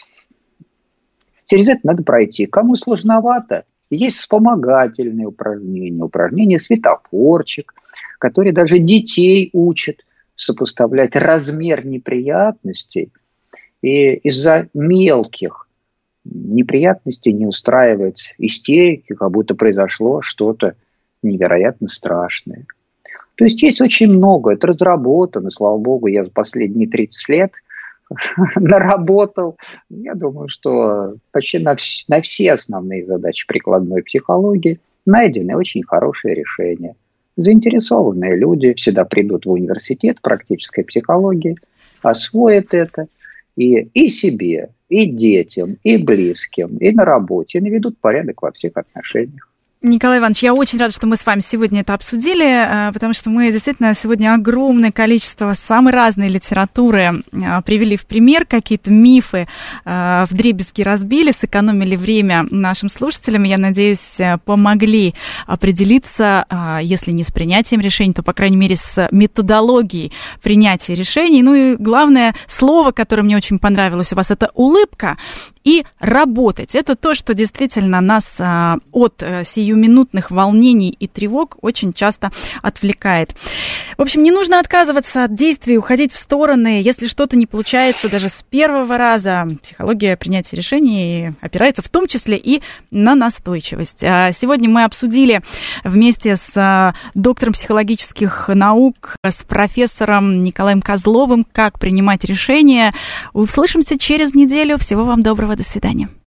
C: через это надо пройти. Кому сложновато, есть вспомогательные упражнения, упражнения светофорчик, которые даже детей учат сопоставлять размер неприятностей. И из-за мелких неприятностей не устраивать истерики, как будто произошло что-то невероятно страшное. То есть есть очень много, это разработано, слава богу, я за последние тридцать лет наработал. Я думаю, что почти на, вс- на все основные задачи прикладной психологии найдены очень хорошие решения. Заинтересованные люди всегда придут в университет практической психологии, освоят это и, и себе, и детям, и близким, и на работе, и наведут порядок во всех отношениях.
B: Николай Иванович, я очень рада, что мы с вами сегодня это обсудили, потому что мы действительно сегодня огромное количество самой разной литературы привели в пример, какие-то мифы вдребезги разбили, сэкономили время нашим слушателям. Я надеюсь, помогли определиться, если не с принятием решений, то, по крайней мере, с методологией принятия решений. Ну и главное слово, которое мне очень понравилось у вас, это улыбка и работать. Это то, что действительно нас от сиюминутных волнений и тревог очень часто отвлекает. В общем, не нужно отказываться от действий, уходить в стороны. Если что-то не получается даже с первого раза, психология принятия решений опирается в том числе и на настойчивость. Сегодня мы обсудили вместе с доктором психологических наук, с профессором Николаем Козловым, как принимать решения. Услышимся через неделю. Всего вам доброго. До свидания.